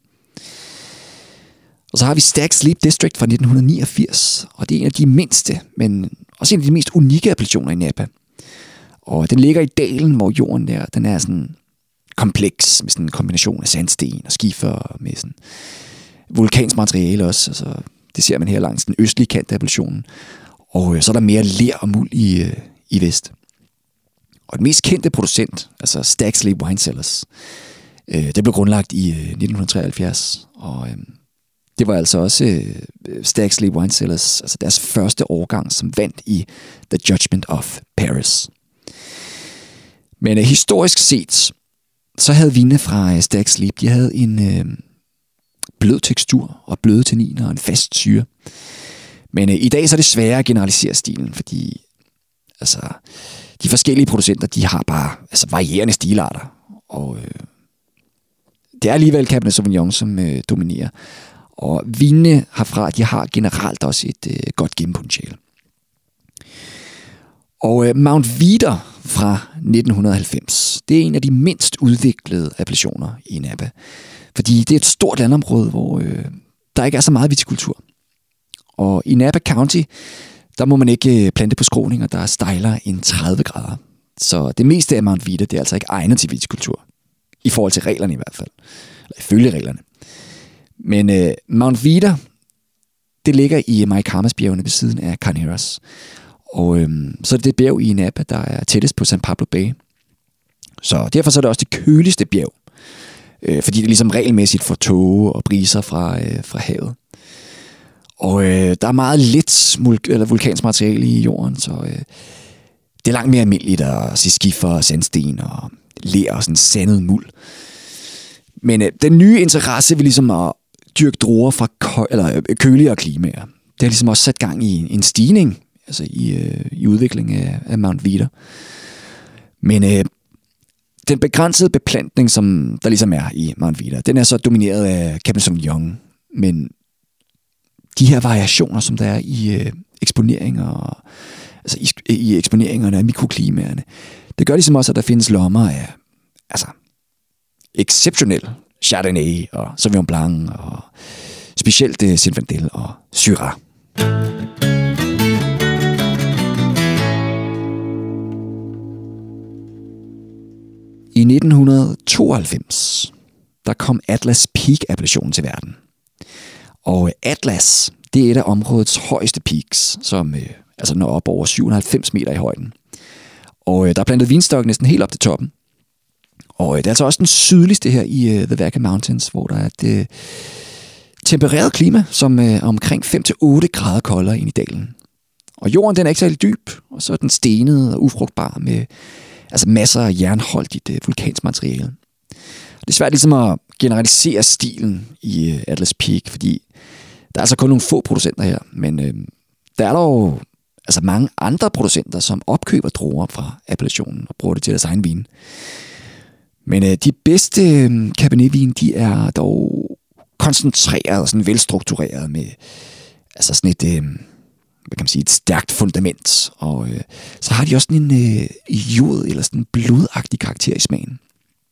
Og så har vi Stag Sleep District fra 1989, og det er en af de mindste, men også en af de mest unikke appellationer i Napa. Og den ligger i dalen, hvor jorden der, den er sådan kompleks, med sådan en kombination af sandsten og skifer, med sådan vulkansk materiale også. Altså, det ser man her langs den østlige kant af appellationen. Og så er der mere ler og muld i vest. Og den mest kendte producent, altså Stag Sleep Wine Cellars, det blev grundlagt i 1973, og det var altså også Stag Sleep Wine Cellars, altså deres første årgang, som vandt i The Judgment of Paris. Men historisk set, så havde vinene fra Stag Sleep, de havde en blød tekstur og bløde tanniner og en fast syre. Men i dag så er det sværere at generalisere stilen, fordi altså, de forskellige producenter, de har bare varierende stilarter, og det er alligevel Cabernet Sauvignon, som dominerer. Og vinene herfra, de har generelt også et godt gennempotentiale. Og Mount Veeder fra 1990, det er en af de mindst udviklede appellationer i Napa. Fordi det er et stort landområde, hvor der ikke er så meget vitikultur. Og i Napa County, der må man ikke plante på skråninger, der er stejlere end 30 grader. Så det meste af Mount Veeder, det er altså ikke egnet til vitikultur. I forhold til reglerne i hvert fald. Eller ifølge reglerne. Men Mount Veeder, det ligger i Maricamas-bjergene ved siden af Carneros. Og så er det bjerg i Napa, der er tættest på San Pablo Bay. Så derfor så er det også det køligste bjerg. Fordi det ligesom regelmæssigt får tåge og briser fra havet. Og der er meget lidt vulkansk materiale i jorden, så det er langt mere almindeligt at se skifer og sandsten og ler og sådan sandet muld. Men den nye interesse vil ligesom at dyrke druer fra køligere klimaer. Det har ligesom også sat gang i en stigning altså i udviklingen af Mount Veeder. Men den begrænsede beplantning, som der ligesom er i Mount Veeder, den er så domineret af Cabernet Sauvignon. Men de her variationer, som der er i eksponeringer, altså i eksponeringerne af mikroklimaerne, det gør ligesom også, at der findes lommer af exceptionel Chardonnay og Sauvignon Blanc og specielt Zinfandel og Syrah. I 1992, der kom Atlas Peak-appellationen til verden. Og Atlas, det er et af områdets højeste peaks, som når op over 790 meter i højden. Og der er plantet vinstok næsten helt op til toppen. Og det er altså også den sydligste her i The Vaca Mountains, hvor der er et tempereret klima, som er omkring 5-8 grader koldere end i dalen. Og jorden, den er ikke særlig dyb, og så er den stenet og ufrugtbar med masser af jernholdigt vulkansk materiale. Det er svært ligesom at generalisere stilen i Atlas Peak, fordi der er altså kun nogle få producenter her, men der er dog mange andre producenter, som opkøber druer fra appellationen og bruger det til deres egen vin. Men de bedste Cabernet-vin, de er dog koncentreret og sådan velstruktureret med sådan et et stærkt fundament. Og så har de også sådan en jod eller sådan en blodagtig karakter i smagen.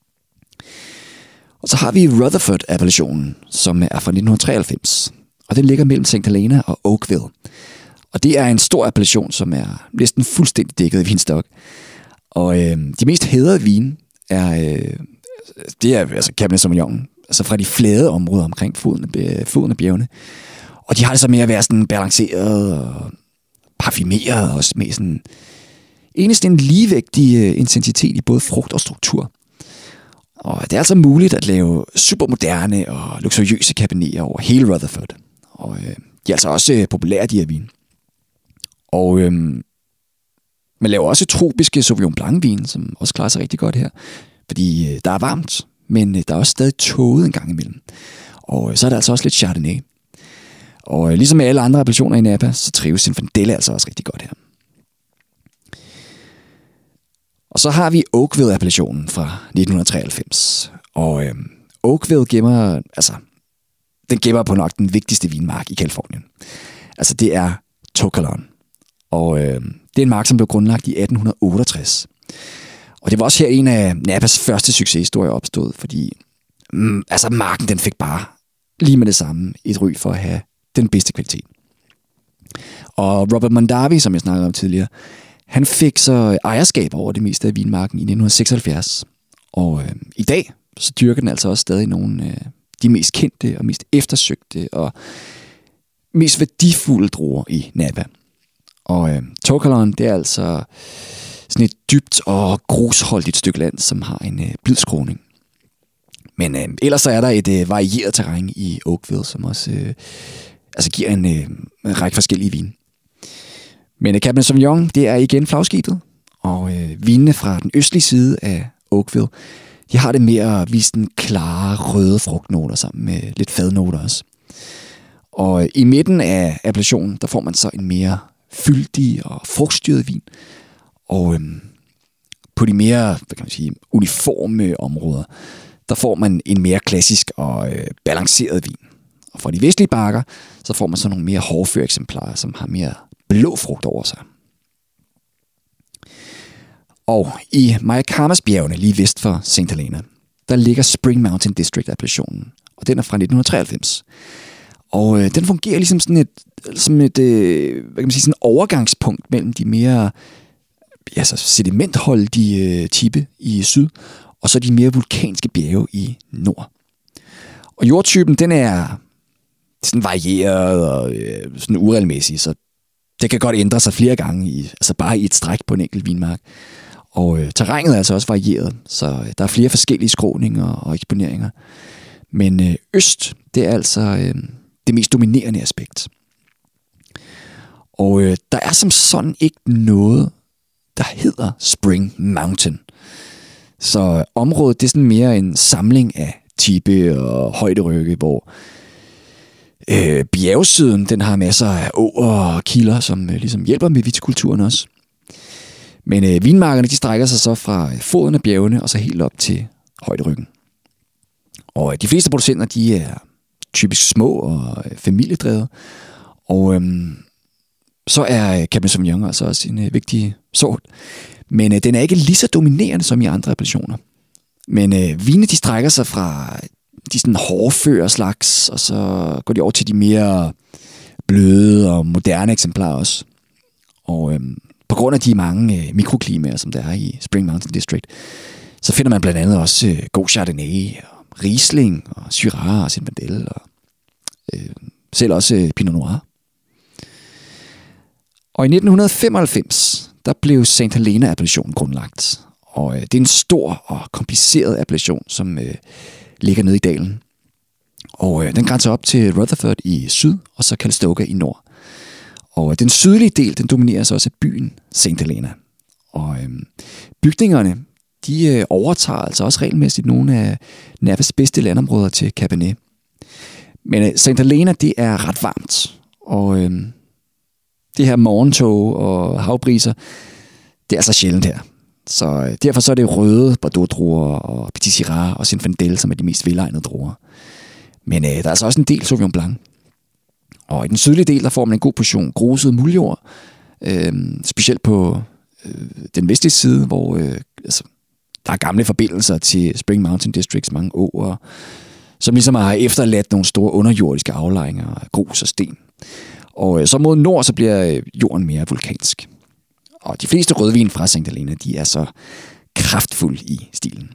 Og så har vi Rutherford-appellationen, som er fra 1993. Og den ligger mellem St. Helena og Oakville. Og det er en stor appellation, som er næsten fuldstændig dækket i vinstok. Og de mest hædrede vine det er Cabernet Sauvignon, fra de flade områder omkring foden af bjergene. Og de har det så med at være sådan balanceret og parfumeret, også med sådan en ligevægtig intensitet i både frugt og struktur. Og det er altså muligt at lave supermoderne og luksuriøse caberneter over hele Rutherford. Og de er altså også populære, de her vin. Og man laver også tropiske Sauvignon Blanc-vin, som også klarer sig rigtig godt her. Fordi der er varmt, men der er også stadig tåget en gang imellem. Og så er der altså også lidt Chardonnay. Og ligesom med alle andre appellationer i Napa, så trives Zinfandel altså også rigtig godt her. Og så har vi Oakville-appellationen fra 1993. Og Oakville gemmer på nok den vigtigste vinmark i Californien. Altså det er To Kalon. Og det er en mark, som blev grundlagt i 1868. Og det var også her en af Napas første succeshistorier opstod, fordi marken den fik bare lige med det samme et ry for at have den bedste kvalitet. Og Robert Mondavi, som jeg snakkede om tidligere, han fik så ejerskab over det meste af vinmarken i 1976. Og i dag så dyrker den altså også stadig nogle af de mest kendte og mest eftersøgte og mest værdifulde druer i Napa. Og To Kalon, det er altså sådan et dybt og grusholdigt stykke land, som har en blid skråning. Men ellers så er der et varieret terræn i Oakville, som også giver en række forskellige vine. Men Cabernet Sauvignon, det er igen flagskibet, og vinene fra den østlige side af Oakville, de har det med at vise den klare røde frugtnoter sammen med lidt fadnoter også. Og i midten af appellationen, der får man så en mere fyldig og frugtstyret vin. Og på de mere, uniforme områder, der får man en mere klassisk og balanceret vin. Og for de vestlige bakker, så får man så nogle mere hårdføre eksemplarer, som har mere blå frugt over sig. Og i Mayacamas-bjergene, lige vest for St. Helena, der ligger Spring Mountain District-appellationen, og den er fra 1993. Og den fungerer ligesom sådan et overgangspunkt mellem de mere sedimentholdige tippe i syd, og så de mere vulkanske bjerge i nord. Og jordtypen, den er sådan varieret og sådan uregelmæssig, så det kan godt ændre sig flere gange, bare i et stræk på en enkelt vinmark. Og terrænet er altså også varieret, så der er flere forskellige skråninger og eksponeringer. Men øst, det er altså det mest dominerende aspekt. Og der er som sådan ikke noget, der hedder Spring Mountain. Så området, det er sådan mere en samling af tippe og højderygge, hvor bjergsiden, den har masser af åer og kilder, som ligesom hjælper med vitikulturen også. Men vinmarkerne, de strækker sig så fra foden af bjergene og så helt op til højderyggen. Og de fleste producenter, de er typisk små og familiedrevet. Og så er Cabernet Sauvignon altså også en vigtig sort. Men den er ikke lige så dominerende som i andre appellationer. Men vinene, de strækker sig fra de sådan hårdføre slags, og så går de over til de mere bløde og moderne eksemplarer også. Og på grund af de mange mikroklimaer, som der er i Spring Mountain District, så finder man blandt andet også god Chardonnay, og Riesling, og Syrah og Zinfandel, og selv også Pinot Noir. Og i 1995, der blev St. Helena-appellationen grundlagt. Og det er en stor og kompliceret appellation, som ligger nede i dalen. Og den grænser op til Rutherford i syd, og så Calistoga i nord. Og den sydlige del, den domineres også af byen St. Helena. Og bygningerne, de overtager altså også regelmæssigt nogle af Napas bedste landområder til Cabernet. Men St. Helena, det er ret varmt. Og det her morgentog og havbriser, det er så sjældent her. Så derfor så er det røde Bordeaux-druer og Petit Syrah og Zinfandel, som er de mest velegnede druer. Men der er altså også en del Sauvignon Blanc. Og i den sydlige del, der får man en god portion gruset muldjord. Specielt på den vestlige side, hvor der er gamle forbindelser til Spring Mountain Districts mange åer, som ligesom har efterladt nogle store underjordiske aflejringer af grus og sten. Og så mod nord, så bliver jorden mere vulkansk. Og de fleste rødvin fra St. Helena, de er så kraftfulde i stilen.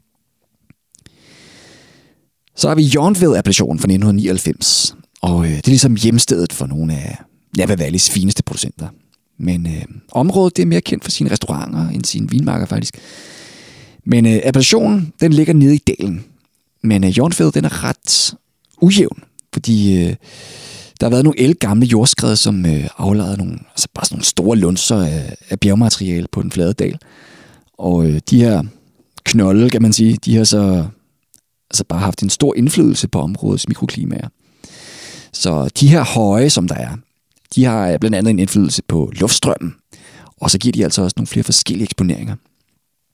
Så har vi Yountville-appellationen fra 1999. Og det er ligesom hjemstedet for nogle af Napa Valleys fineste producenter. Men området det er mere kendt for sine restauranter end sine vinmarker faktisk. Men appellationen, den ligger nede i dalen. Men Yountville, den er ret ujævn, fordi der har været nogle ældgamle jordskred, som aflejede bare sådan nogle store lunser af bjergmateriale på den flade dal. Og de her knolde, kan man sige, de har så bare haft en stor indflydelse på områdets mikroklimaer. Så de her høje, som der er, de har blandt andet en indflydelse på luftstrømmen, og så giver de altså også nogle flere forskellige eksponeringer.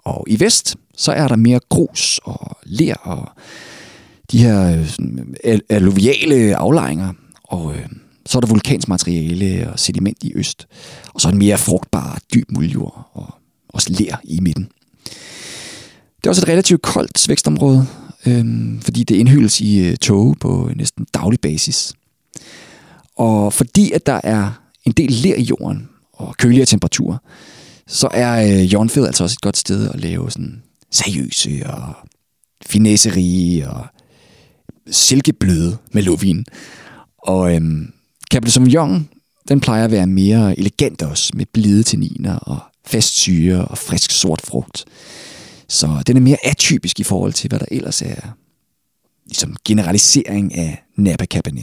Og i vest, så er der mere grus og ler og de her alluviale aflejringer. Og så er der vulkansk materiale og sediment i øst. Og så er en mere frugtbar, dyb muldjord og også ler i midten. Det er også et relativt koldt vækstområde, fordi det indhyldes i tåge på næsten daglig basis. Og fordi at der er en del ler i jorden og køligere temperaturer, så er Jornfjeld altså også et godt sted at lave sådan seriøse og finesserige og silkebløde melodvin. Og Cabernet Sauvignon, den plejer at være mere elegant også, med blide tanniner og fast syre og frisk sort frugt. Så den er mere atypisk i forhold til, hvad der ellers er ligesom generalisering af Napa Cabernet.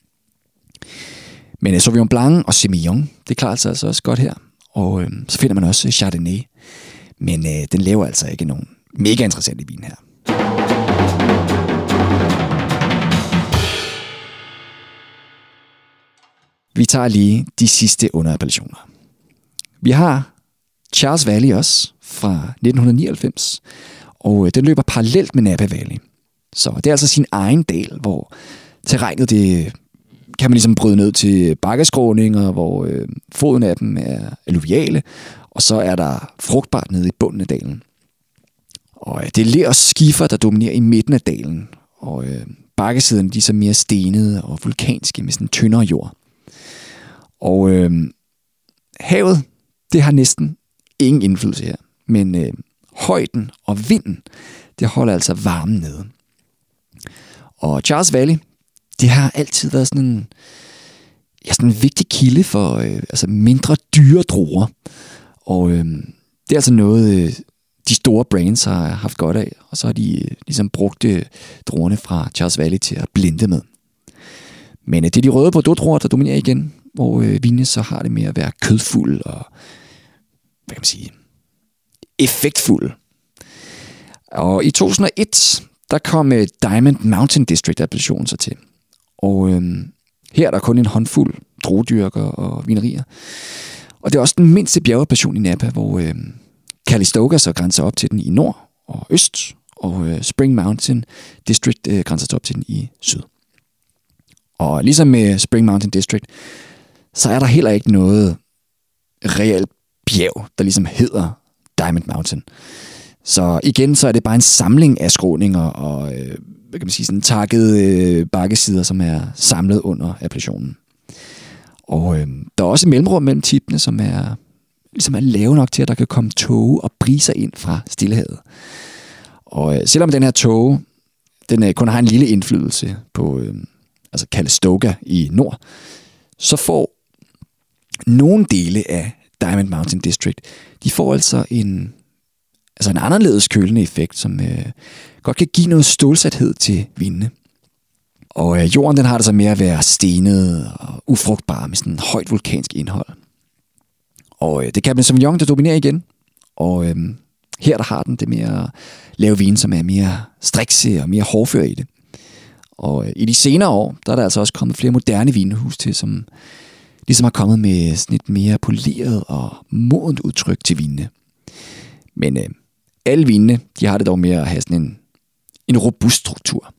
Men Sauvignon Blanc og Semillon, det klarer sig altså også godt her. Og så finder man også Chardonnay. Men den laver altså ikke nogen mega interessante vin her. Vi tager lige de sidste underappellationer. Vi har Charles Valley også fra 1999, og den løber parallelt med Napa Valley. Så det er altså sin egen dal, hvor terrænet det kan man ligesom bryde ned til bakkeskråninger, hvor foden af dem er alluviale, og så er der frugtbart nede i bunden af dalen. Og det er ler og skifer, der dominerer i midten af dalen, og bakkesiderne de er så mere stenede og vulkanske med sådan tyndere jord. Og havet, det har næsten ingen indflydelse her, men højden og vinden, det holder altså varmen nede. Og Charles Valley, det har altid været sådan en vigtig kilde for altså mindre dyre druer. Og det er altså noget, de store brands har haft godt af. Og så har de ligesom brugt druerne fra Charles Valley til at blende med. Men det er de røde bordeaux-druer, der dominerer igen, hvor vinene så har det med at være kødfuld og, hvad kan man sige, effektfuld. Og i 2001, der kom Diamond Mountain District-appellationen så til. Og her er der kun en håndfuld druedyrker og vinerier. Og det er også den mindste bjergeappellation i Napa, hvor Calistoga så grænser op til den i nord og øst, og Spring Mountain District grænser op til den i syd. Og ligesom med Spring Mountain District, så er der heller ikke noget reelt bjerg, der ligesom hedder Diamond Mountain. Så igen, så er det bare en samling af skråninger og hvad kan man sige, sådan takkede bakkesider, som er samlet under appellationen. Og der er også mellemrum mellem tippene, som er ligesom er lave nok til, at der kan komme tåge og briser ind fra Stillehavet. Og selvom den her tåge, den kun har en lille indflydelse på altså Calistoga i nord, så får nogle dele af Diamond Mountain District, de får altså en anderledes kølende effekt, som godt kan give noget stålsathed til vindene. Og jorden, den har det så mere at være stenet og ufrugtbar med sådan en højt vulkansk indhold. Og det Cabernet Sauvignon, der dominerer igen. Og her der har den det med at lave vin, som er mere strikse og mere hårdfør i det. Og i de senere år, der er der altså også kommet flere moderne vinehus til, som ligesom har kommet med sådan et mere poleret og modent udtryk til vinene. Men alle vinene, de har det dog med at have sådan en robust struktur.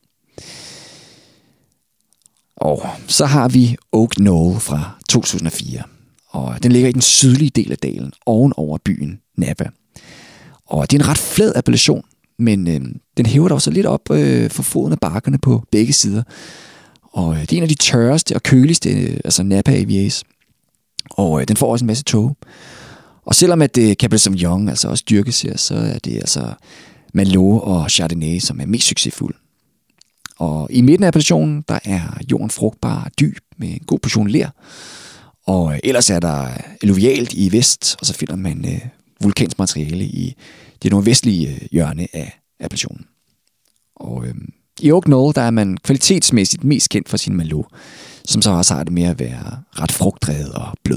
Og så har vi Oak Knoll fra 2004. Og den ligger i den sydlige del af dalen, ovenover byen Napa. Og det er en ret flad appellation, men den hæver dog så lidt op for foden af bakkerne på begge sider. Og det er en af de tørreste og køligste, altså Napa AVAs. Og den får også en masse tåge. Og selvom at Cabernet Sauvignon altså også dyrkes her, så er det altså Merlot og Chardonnay, som er mest succesfulde. Og i midten af appellationen, der er jorden frugtbar og dyb med en god portion ler. Og ellers er der alluvialt i vest, og så finder man vulkansk materiale i det nordvestlige hjørne af appellationen. Og i Oak Knoll, der er man kvalitetsmæssigt mest kendt for sin Merlot, som så også har det med at være ret frugtdrevet og blød.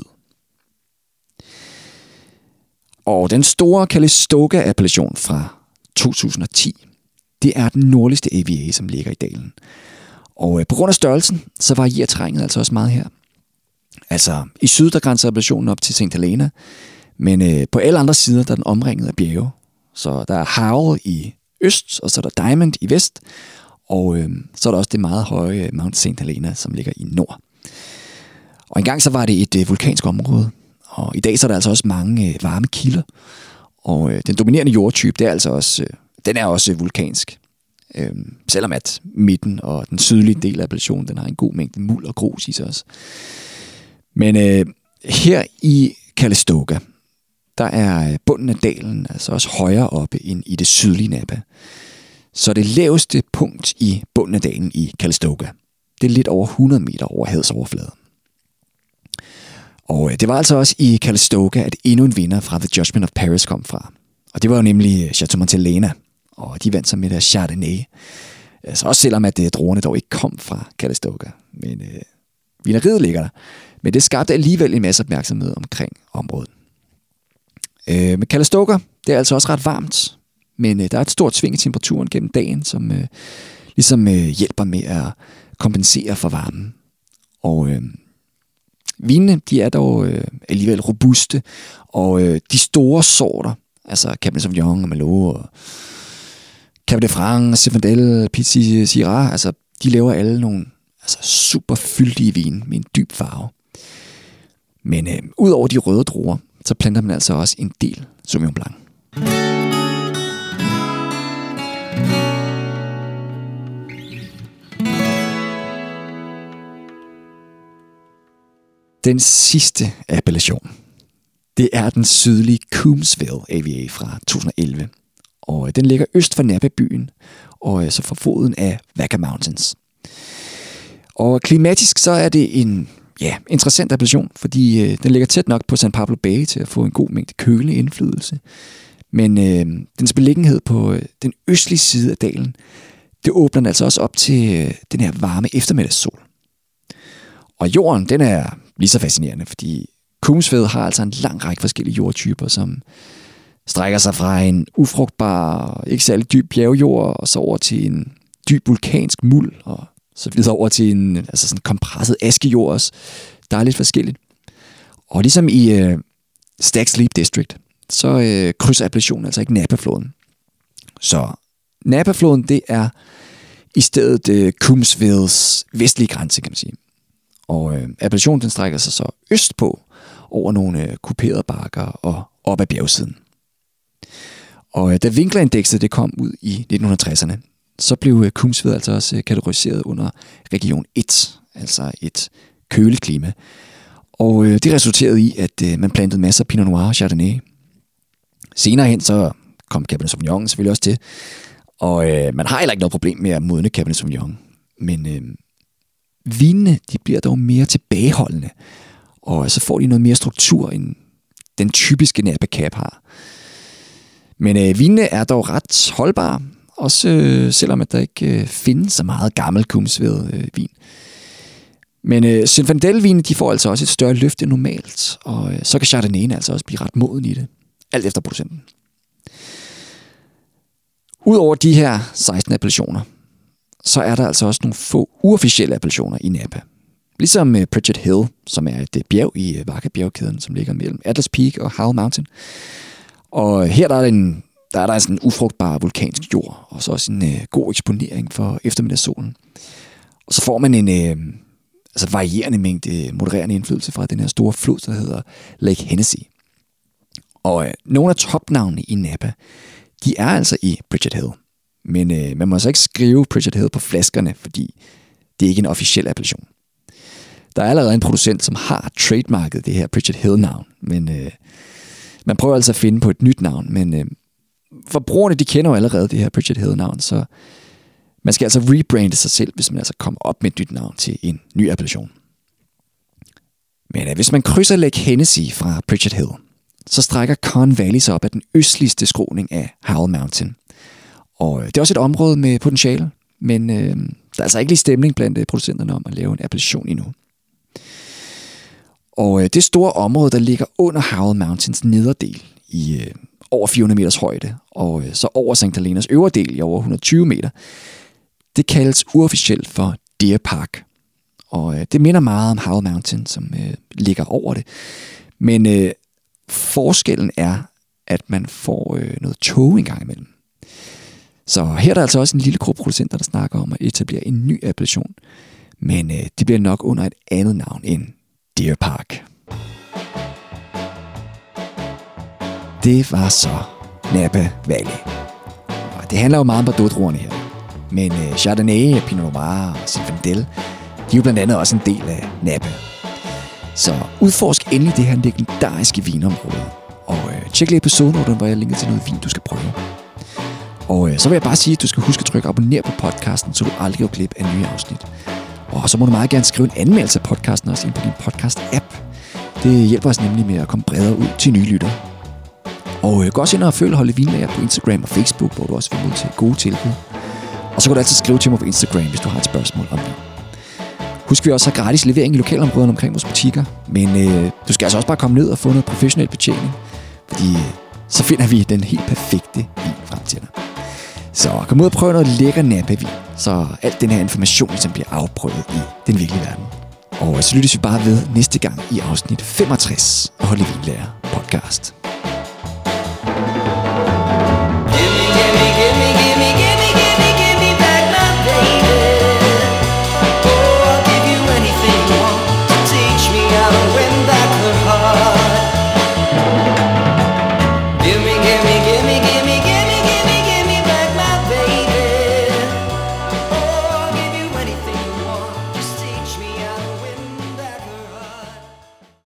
Og den store Calistoga-appellation fra 2010, det er den nordligste AVA, som ligger i dalen. Og på grund af størrelsen, så varierer terrænet altså også meget her. Altså i syd, der grænser appellationen op til St. Helena, men på alle andre sider, der er den omringet af bjerge. Så der er Howell i øst, og så er der Diamond i vest, og så er der også det meget høje Mount St. Helena, som ligger i nord. Og engang så var det et vulkansk område, og i dag så er der altså også mange varme kilder, og den dominerende jordtype, det er altså også, den er også vulkansk. Selvom at midten og den sydlige del af Appalachen, den har en god mængde muld og grus i sig også. Men her i Calistoga, der er bunden af dalen altså også højere oppe end i det sydlige Napa. Så det laveste punkt i bunden af dalen i Calistoga, det er lidt over 100 meter over havets overflade. Og det var altså også i Calistoga, at endnu en vinder fra The Judgment of Paris kom fra. Og det var jo nemlig Chateau Montelena, og de vandt så med deres Chardonnay. Altså også selvom at druerne dog ikke kom fra Calistoga. Men vineriet ligger der. Men det skabte alligevel en masse opmærksomhed omkring området. Men Calistoga, det er altså også ret varmt. Men der er et stort sving i temperaturen gennem dagen, som ligesom hjælper med at kompensere for varmen. Og vinene, de er dog alligevel robuste. Og de store sorter, altså Cabernet Sauvignon og Merlot og Cabernet Franc, Zinfandel, Petit Syrah, altså de laver alle nogle super fyldige vine med en dyb farve. Men ud over de røde druer, så planter man altså også en del Sauvignon Blanc. Den sidste appellation, det er den sydlige Coombsville AVA fra 2011. Og den ligger øst for Napa-byen, og så for foden af Vaca Mountains. Og klimatisk så er det en interessant appellation, fordi den ligger tæt nok på San Pablo Bay til at få en god mængde kølig indflydelse. Men dens beliggenhed på den østlige side af dalen, det åbner den altså også op til den her varme eftermiddagssol. Og jorden, den er lige så fascinerende, fordi Coombsville har altså en lang række forskellige jordtyper, som strækker sig fra en ufrugtbar, ikke særlig dyb bjergjord, og så over til en dyb vulkansk muld, og så videre over til en sådan kompresset askejord også. Der er lidt forskelligt. Og ligesom i Stags Leap District, så krydser appellationen altså ikke Napa-floden. Så Napa-floden, det er i stedet Coombsvilles vestlige grænse, kan man sige. Og appellationen, den strækker sig så østpå over nogle kuperede bakker og op ad bjergsiden. Og da Winkler-indekset det kom ud i 1960'erne, så blev Coombsville altså også kategoriseret under region 1, altså et køligt klima. Og det resulterede i, at man plantede masser af Pinot Noir og Chardonnay. Senere hen så kom Cabernet Sauvignon selvfølgelig også til, og man har heller ikke noget problem med at modne Cabernet Sauvignon. Men vinene, de bliver dog mere tilbageholdende, og så får de noget mere struktur, end den typiske Napa Cab har. Men vinene er dog ret holdbare, også selvom at der ikke findes så meget gammel Coombsville-vin. Men Zinfandel-vine, de får altså også et større løft end normalt, og så kan Chardonnay altså også blive ret moden i det, alt efter producenten. Udover de her 16 appellationer, så er der altså også nogle få uofficielle appellationer i Napa. Ligesom Pritchard Hill, som er et bjerg i Vaca-bjergkæden, som ligger mellem Atlas Peak og Howell Mountain. Og her der er sådan en ufrugtbar vulkansk jord, og så også en god eksponering for eftermiddagssolen. Og så får man en varierende mængde modererende indflydelse fra den her store flod, der hedder Lake Hennessy. Og nogle af topnavnene i Napa, de er altså i Pritchard Hill. Men man må altså ikke skrive Pritchard Hill på flaskerne, fordi det er ikke en officiel appellation. Der er allerede en producent, som har trademarket det her Pritchard Hill-navn, men man prøver altså at finde på et nyt navn, men forbrugerne, de kender jo allerede det her Pritchard Hill-navn, så man skal altså rebrande sig selv, hvis man altså kommer op med et nyt navn til en ny appellation. Men hvis man krydser Lake Hennessy fra Pritchard Hill, så strækker Conn Valley sig op ad den østligste skråning af Howell Mountain. Og det er også et område med potentiale, men der er altså ikke lige stemning blandt producenterne om at lave en appellation endnu. Og det store område, der ligger under Howell Mountains nederdel i over 400 meters højde, og så over St. Helenas øvre del i over 120 meter, det kaldes uofficielt for Deer Park. Og det minder meget om Howell Mountain, som ligger over det. Men forskellen er, at man får noget tog en gang imellem. Så her er der altså også en lille gruppe producenter, der snakker om at etablere en ny appellation. Men det bliver nok under et andet navn end Deer Park. Det var så Napa Valley. Og det handler jo meget om Bordeaux-druerne her. Men Chardonnay, Pinot Noir og Zinfandel, de er jo blandt andet også en del af Napa. Så udforsk endelig det her legendariske vinområde. Og tjek lige episoden, hvor jeg linker til noget vin, du skal prøve. Og så vil jeg bare sige, at du skal huske at trykke abonner på podcasten, så du aldrig går glip af nye afsnit. Og så må du meget gerne skrive en anmeldelse af podcasten også ind på din podcast-app. Det hjælper os nemlig med at komme bredere ud til nye lyttere. Og gå også ind og følg Holde Vinlager på Instagram og Facebook, hvor du også vil modtage gode tilbud. Og så kan du altid skrive til mig på Instagram, hvis du har et spørgsmål om vin. Husk, vi også har gratis levering i lokalområderne omkring vores butikker. Men du skal altså også bare komme ned og få noget professionel betjening. Fordi så finder vi den helt perfekte vin frem til dig. Så kom ud og prøv noget lækker Napa-vin, så alt den her information ligesom bliver afprøvet i den virkelige verden. Og så lyttes vi bare ved næste gang i afsnit 65 af Holde Vinlager podcast.